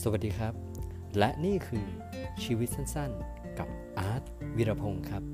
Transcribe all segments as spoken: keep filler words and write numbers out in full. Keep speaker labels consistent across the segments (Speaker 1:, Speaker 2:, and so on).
Speaker 1: สวัสดีครับและนี่คือชีวิตสั้นๆกับอาร์ตวีรพงศ์ครับ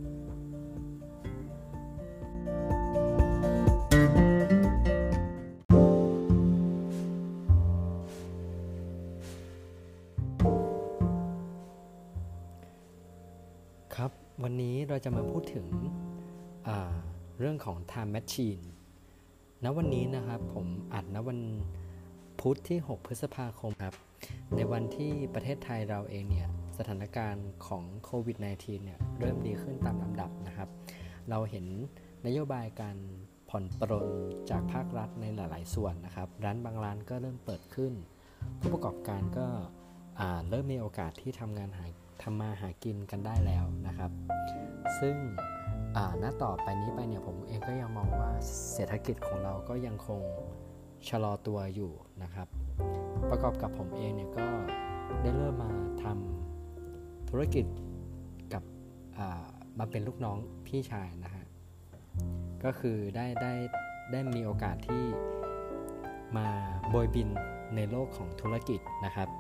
Speaker 1: ครับวันนี้เราจะมาพูดถึงเรื่องของ Time Machine ณวันนี้นะครับผมอัดณวันพุธที่หกพฤษภาคมครับในวันที่ประเทศไทยเราเองเนี่ยสถานการณ์ของโควิด สิบเก้า เนี่ยเริ่มดีขึ้นตามลำดับนะครับเราเห็นนโยบายการผ่อนปรนจากภาครัฐในหลายๆส่วนนะครับร้านบางร้านก็เริ่มเปิดขึ้นผู้ประกอบการก็เริ่มมีโอกาสที่ทำงานหาทำมาหากินกันได้แล้วนะครับซึ่งณต่อไปนี้ไปเนี่ยผมเองก็ยังมองว่าเศรษฐกิจของเราก็ยังคงชะลอตัวอยู่นะครับประกอบกับผมเองเนี่ยก็ได้เริ่มมาทำธุรกิจกับมาเป็นลูกน้องพี่ชายนะฮะก็คือได้ได้ได้มีโอกาสที่มาโบยบินในโลกของธุรกิจนะครับ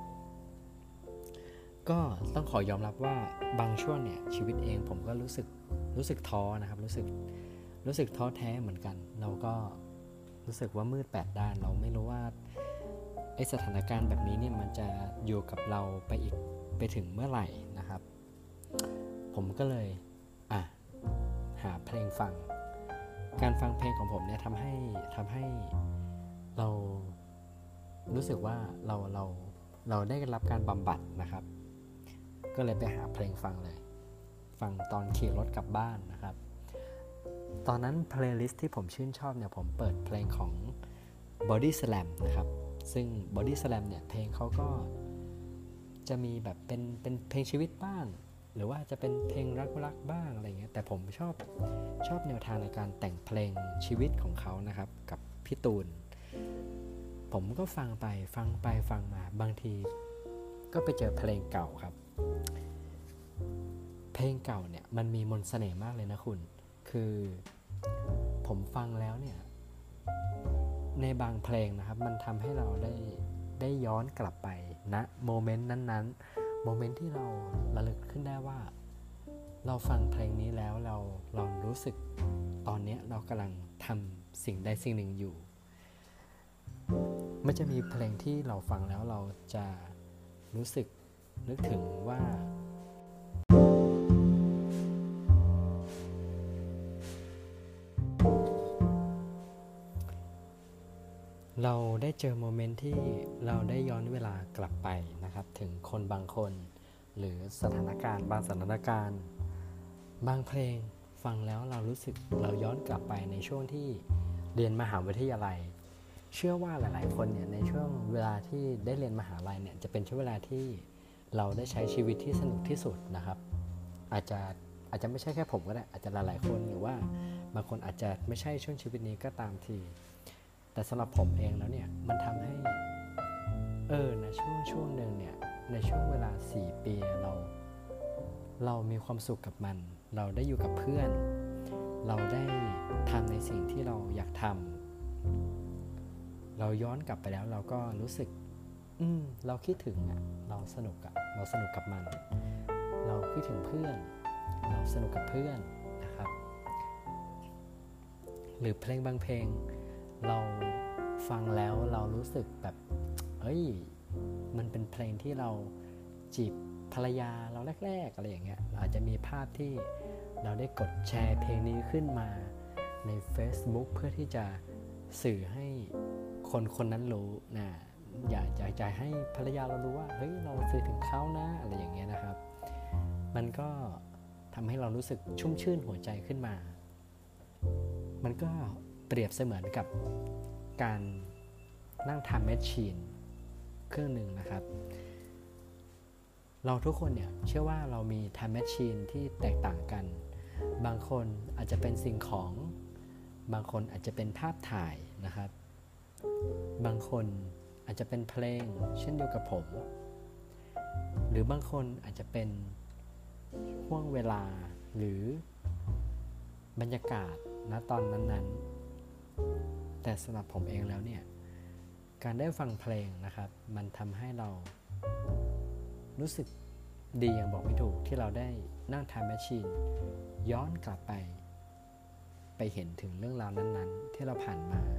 Speaker 1: ก็ต้องขอยอมรับว่าบางช่วงเนี่ยชีวิตเองผมก็รู้สึกรู้สึกท้อนะครับรู้สึกรู้สึกท้อแท้เหมือนกันเราก็รู้สึกว่ามืดแปดด้านเราไม่รู้ว่าไอ้สถานการณ์แบบนี้เนี่ยมันจะอยู่กับเราไปอีกไปถึงเมื่อไหร่นะครับผมก็เลยอ่ะหาเพลงฟังการฟังเพลงของผมเนี่ยทำให้ทำให้เรารู้สึกว่าเราเราเราได้รับการบำบัดนะครับก็เลยไปหาเพลงฟังเลยฟังตอนขี่รถกลับบ้านนะครับตอนนั้นเพลย์ลิสต์ที่ผมชื่นชอบเนี่ยผมเปิดเพลงของ Body Slam นะครับซึ่ง Body Slam เนี่ยเพลงเขาก็จะมีแบบเป็นเป็นเพลงชีวิตบ้างหรือว่าจะเป็นเพลงรักๆบ้างอะไรเงี้ยแต่ผมชอบชอบแนวทางในการแต่งเพลงชีวิตของเขานะครับกับพี่ตูนผมก็ฟังไปฟังไปฟังมาบางทีก็ไปเจอเพลงเก่าครับเพลงเก่าเนี่ยมันมีมนต์เสน่ห์มากเลยนะคุณคือผมฟังแล้วเนี่ยในบางเพลงนะครับมันทำให้เราได้ได้ย้อนกลับไปณโมเมนต์นั้นๆโมเมนต์ที่เราระลึกขึ้นได้ว่าเราฟังเพลงนี้แล้วเราเรารู้สึกตอนนี้เรากำลังทำสิ่งใดสิ่งหนึ่งอยู่มันจะมีเพลงที่เราฟังแล้วเราจะรู้สึกนึกถึงว่าเราได้เจอโมเมนต์ที่เราได้ย้อนเวลากลับไปนะครับถึงคนบางคนหรือสถานการณ์บางสถานการณ์บางเพลงฟังแล้วเรารู้สึกเราย้อนกลับไปในช่วงที่เรียนมหาวิทยาลัยเชื่อว่าหลายๆคนเนี่ยในช่วงเวลาที่ได้เรียนมหาลัยเนี่ยจะเป็นช่วงเวลาที่เราได้ใช้ชีวิตที่สนุกที่สุดนะครับอาจจะอาจจะไม่ใช่แค่ผมก็ได้อาจจะหลายๆคนหรือว่าบางคนอาจจะไม่ใช่ช่วงชีวิตนี้ก็ตามทีแต่สำหรับผมเองแล้วเนี่ยมันทำให้เออในช่วงช่วงหนึ่งเนี่ยในช่วงเวลาสี่ปีเราเรามีความสุขกับมันเราได้อยู่กับเพื่อนเราได้ทำในสิ่งที่เราอยากทำเราย้อนกลับไปแล้วเราก็รู้สึกอืมเราคิดถึงอ่ะเราสนุกกับเราสนุกกับมันเราคิดถึงเพื่อนเราสนุกกับเพื่อนนะครับหรือเพลงบางเพลงเราฟังแล้วเรารู้สึกแบบเอ้ยมันเป็นเพลงที่เราจีบภรรยาเราแรกๆอะไรอย่างเงี้ยอาจจะมีภาพที่เราได้กดแชร์เพลงนี้ขึ้นมาใน Facebook เพื่อที่จะสื่อให้คนคนนั้นรู้นะอยากจะจะให้ภรรยาเรารู้ว่าเฮ้ยเราสื่อถึงเขานะอะไรอย่างเงี้ยนะครับมันก็ทำให้เรารู้สึกชุ่มชื่นหัวใจขึ้นมามันก็เปรียบเสมือนกับการนั่งทำแมชชีนเครื่องหนึ่งนะครับเราทุกคนเนี่ยเชื่อว่าเรามีทำแมชชีนที่แตกต่างกันบางคนอาจจะเป็นสิ่งของบางคนอาจจะเป็นภาพถ่ายนะครับบางคนอาจจะเป็นเพลงเช่นเดียวกับผมหรือบางคนอาจจะเป็นช่วงเวลาหรือบรรยากาศณตอนนั้นๆแต่สำหรับผมเองแล้วเนี่ยการได้ฟังเพลงนะครับมันทำให้เรารู้สึกดีอย่างบอกไม่ถูกที่เราได้นั่งไทม์แมชชีนย้อนกลับไปไปเห็นถึงเรื่องราวนั้นๆที่เราผ่านมา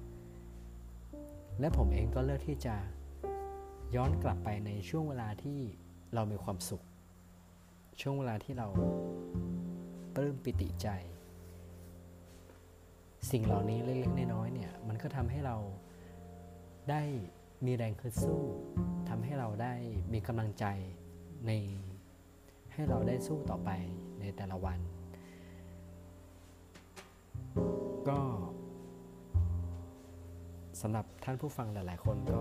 Speaker 1: และผมเองก็เลือกที่จะย้อนกลับไปในช่วงเวลาที่เรามีความสุขช่วงเวลาที่เราปลื้มปิติใจสิ่งเหล่านี้เล็กๆน้อยๆเนี่ยมันก็ทำให้เราได้มีแรงฮึดสู้ทำให้เราได้มีกำลังใจในให้เราได้สู้ต่อไปในแต่ละวันก็สำหรับท่านผู้ฟังหลายๆคนก็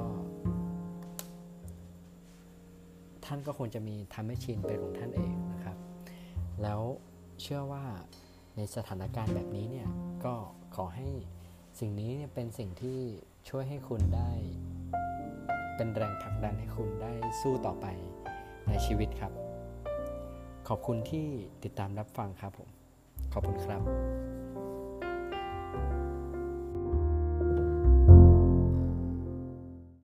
Speaker 1: ท่านก็คงจะมีทำให้ชินเป็นของท่านเองนะครับแล้วเชื่อว่าในสถานการณ์แบบนี้เนี่ยก็ขอให้สิ่งนี้เป็นสิ่งที่ช่วยให้คุณได้เป็นแรงผลักดันให้คุณได้สู้ต่อไปในชีวิตครับขอบคุณที่ติดตามรับฟังครับผมขอบคุณครับ